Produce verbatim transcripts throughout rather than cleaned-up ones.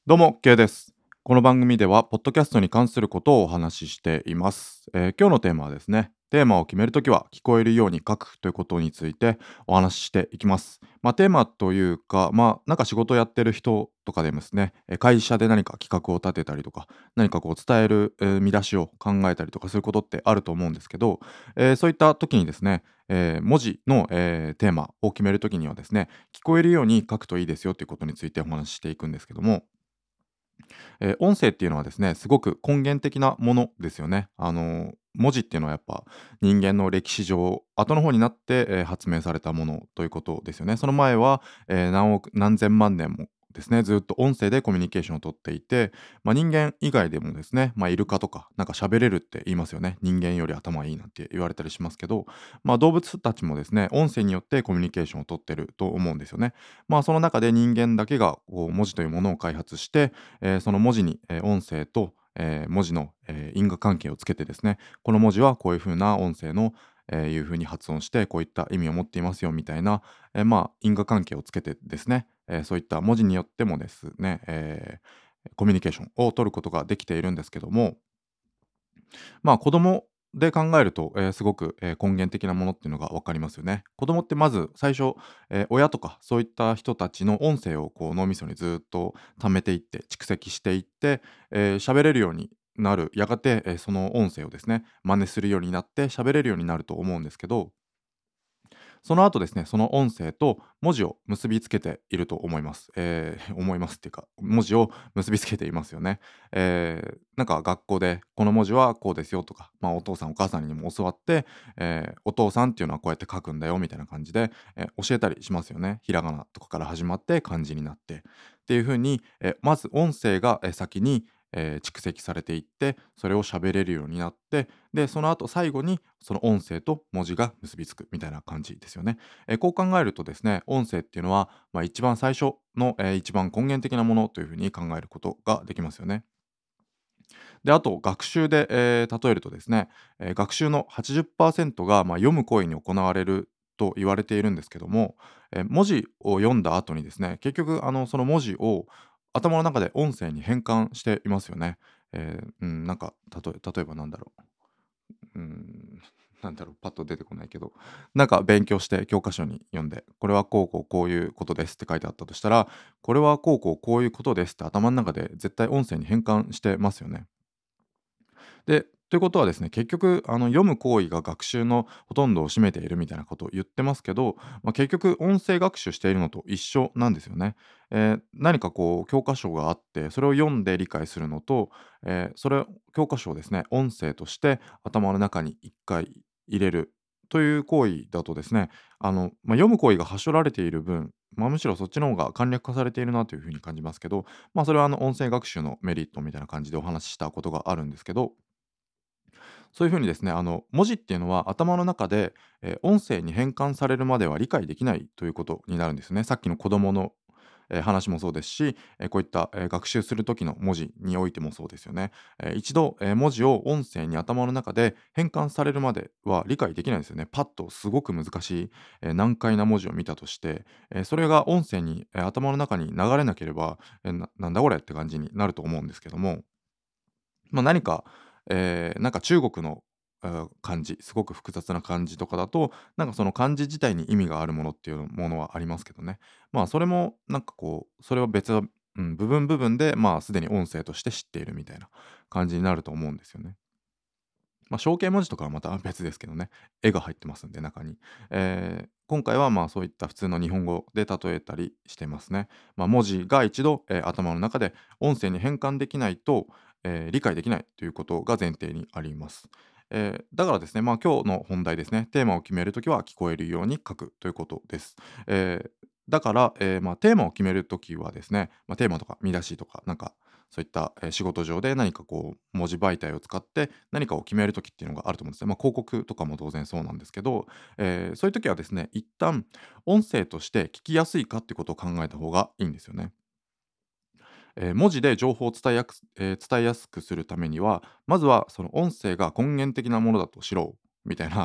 どうも、ケイです。この番組では、ポッドキャストに関することをお話ししています。えー今日のテーマはですね、テーマを決めるときは聞こえるように書くということについてお話ししていきます。まあ、テーマというか、まあ、なんか仕事をやってる人とかでもですね、えー会社で何か企画を立てたりとか、何かこう伝える、えー見出しを考えたりとか、そういうことってあると思うんですけど、えーそういった時にですね、えー文字の、えーテーマを決めるときにはですね、聞こえるように書くといいですよということについてお話ししていくんですけども、えー音声っていうのはですね、すごく根源的なものですよね。あの、文字っていうのはやっぱ人間の歴史上、後の方になって、えー発明されたものということですよね。その前は、えー何億、何千万年もですね、ずっと音声でコミュニケーションをとっていて、まあ、人間以外でもですね、まあ、イルカとか、なんか喋れるって言いますよね。人間より頭いいなんて言われたりしますけど、まあ、動物たちもですね、音声によってコミュニケーションをとってると思うんですよね。まあ、その中で人間だけがこう文字というものを開発して、えーその文字に、えー音声と、えー文字の、えー因果関係をつけてですね、この文字はこういう風な音声の、えーいう風に発音してこういった意味を持っていますよみたいな、えーまあ因果関係をつけてですね、えーそういった文字によってもですね、えーコミュニケーションを取ることができているんですけども、まあ、子供で考えると、えーすごく、えー根源的なものっていうのが分かりますよね。子供ってまず最初、えー親とかそういった人たちの音声をこう脳みそにずっと貯めていって蓄積していって、えー喋れるようになる、やがて、えーその音声をですね真似するようになって喋れるようになると思うんですけど、その後ですね、その音声と文字を結びつけていると思います。えー思いますっていうか、文字を結びつけていますよね。えーなんか学校でこの文字はこうですよとか、まあ、お父さんお母さんにも教わって、えーお父さんっていうのはこうやって書くんだよみたいな感じで、えー教えたりしますよね。ひらがなとかから始まって漢字になってっていう風に、えーまず音声がえー先にえー蓄積されていって、それを喋れるようになって、で、その後最後にその音声と文字が結びつくみたいな感じですよね。えーこう考えるとですね、音声っていうのは、まあ、一番最初の、えー一番根源的なものというふうに考えることができますよね。で、あと学習で、えー例えるとですね、えー学習のはちじゅっパーセントが、まあ、読む行為に行われると言われているんですけども、えー文字を読んだ後にですね、結局あのその文字を頭の中で音声に変換していますよね。えーうん、なんか例え例えばなんだろう。うーん、なんだろう、パッと出てこないけど、なんか勉強して教科書に読んで、これはこうこうこういうことですって書いてあったとしたら、これはこうこうこういうことですって頭の中で絶対音声に変換してますよね。で、ということはですね、結局あの読む行為が学習のほとんどを占めているみたいなことを言ってますけど、まあ、結局音声学習しているのと一緒なんですよね。えー何かこう教科書があって、それを読んで理解するのと、えーそれ教科書をですね、音声として頭の中に一回入れるという行為だとですね、あの、まあ、読む行為がはしょられている分、まあ、むしろそっちの方が簡略化されているなというふうに感じますけど、まあ、それはあの音声学習のメリットみたいな感じでお話ししたことがあるんですけど、そういう風にですね、あの、文字っていうのは頭の中で、えー音声に変換されるまでは理解できないということになるんですね。さっきの子供の、えー話もそうですし、えーこういった、えー学習する時の文字においてもそうですよね。えー一度、えー文字を音声に頭の中で変換されるまでは理解できないんですよね。パッとすごく難しい、えー難解な文字を見たとして、えーそれが音声に、えー頭の中に流れなければ、えーななんだこれって感じになると思うんですけども、まあ、何か、えーなんか中国の、あ、漢字、すごく複雑な漢字とかだと、なんかその漢字自体に意味があるものっていうものはありますけどね。まあ、それもなんかこう、それは別はうん、部分部分で、まあ、すでに音声として知っているみたいな感じになると思うんですよね。まあ、象形文字とかはまた別ですけどね。絵が入ってますんで、中に。えー今回はまあそういった普通の日本語で例えたりしてますね。まあ、文字が一度、えー頭の中で音声に変換できないと、えー理解できないということが前提にあります。えーだからですね、まあ、今日の本題ですね、テーマを決めるときは聞こえるように書くということです。えーだから、えーまあ、テーマを決めるときはですね、まあ、テーマとか見出しとか、なんかそういった、えー仕事上で何かこう文字媒体を使って何かを決める時っていうのがあると思うんですね。まあ、広告とかも当然そうなんですけど、えーそういう時はですね、一旦音声として聞きやすいかっていうことを考えた方がいいんですよね。えー文字で情報を伝えやすえー伝えやすくするためには、まずはその音声が根源的なものだと知ろうみたいな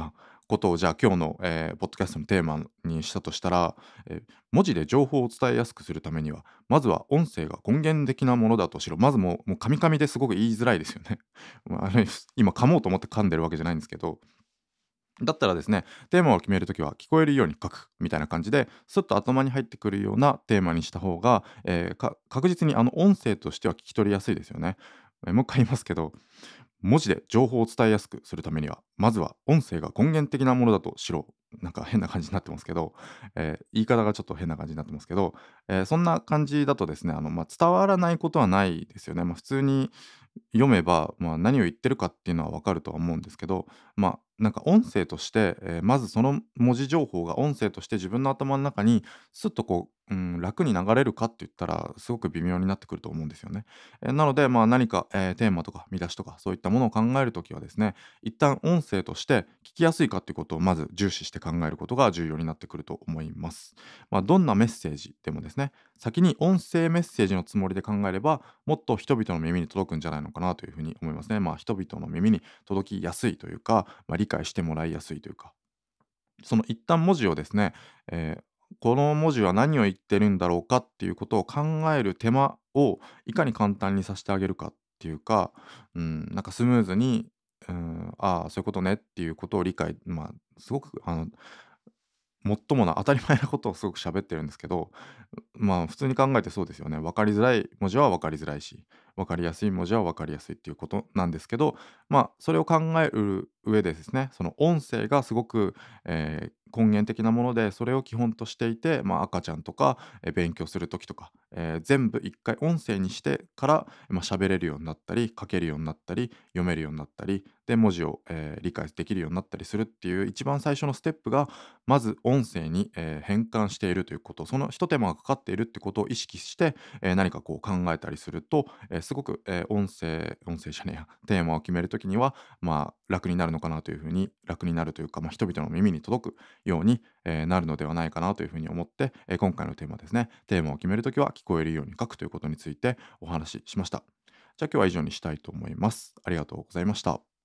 ことをじゃあ今日の、えーポッドキャストのテーマにしたとしたら、えー文字で情報を伝えやすくするためには、まずは音声が根源的なものだとしろ。まずもう、もう噛み噛みですごく言いづらいですよね。まああれ、今噛もうと思って噛んでるわけじゃないんですけど、だったらですね、テーマを決めるときは聞こえるように書くみたいな感じで、すっと頭に入ってくるようなテーマにした方が、えーか確実にあの音声としては聞き取りやすいですよね。えーもう一回言いますけど、文字で情報を伝えやすくするためには、まずは音声が根源的なものだとしろ。なんか変な感じになってますけど、えー言い方がちょっと変な感じになってますけど、えーそんな感じだとですね、あの、まあ、伝わらないことはないですよね。まあ、普通に読めば、まあ、何を言ってるかっていうのは分かるとは思うんですけど、まあ、なんか音声として、えーまずその文字情報が音声として自分の頭の中にスッとこう、うん、楽に流れるかって言ったら、すごく微妙になってくると思うんですよね。えーなので、まあ、何か、えーテーマとか見出しとかそういったものを考えるときはですね、一旦音声として聞きやすいかっていうことをまず重視して考えることが重要になってくると思います。まあ、どんなメッセージでもですね、先に音声メッセージのつもりで考えれば、もっと人々の耳に届くんじゃないのかなというふうに思いますね。まあ、人々の耳に届きやすいというか、まあ、理解してもらいやすいというか、その一旦文字をですね、えーこの文字は何を言ってるんだろうかっていうことを考える手間をいかに簡単にさせてあげるかっていうか、うん、なんかスムーズに、うん、ああ、そういうことねっていうことを理解、まあ、すごくあのもっともな当たり前なことをすごく喋ってるんですけど、まあ普通に考えてそうですよね。分かりづらい文字は分かりづらいし、分かりやすい文字は分かりやすいっていうことなんですけど、まあそれを考える上でですね、その音声がすごく、えー根源的なもので、それを基本としていて、まあ、赤ちゃんとか、えー勉強する時とか、えー全部一回音声にしてから、まあ、喋れるようになったり、書けるようになったり、読めるようになったり、で文字を、えー理解できるようになったりするっていう一番最初のステップが、まず音声に、えー変換しているということ、その一手間がかかっているってことを意識して、えー何かこう考えたりすると、えーすごく、えー音声音声じゃねえや、テーマを決めるときには、まあ、楽になるのかなというふうに楽になるというか、まあ、人々の耳に届くように、えーなるのではないかなというふうに思って、えー今回のテーマですね、テーマを決めるときは聞こえるように書くということについてお話ししました。じゃあ今日は以上にしたいと思います。ありがとうございました。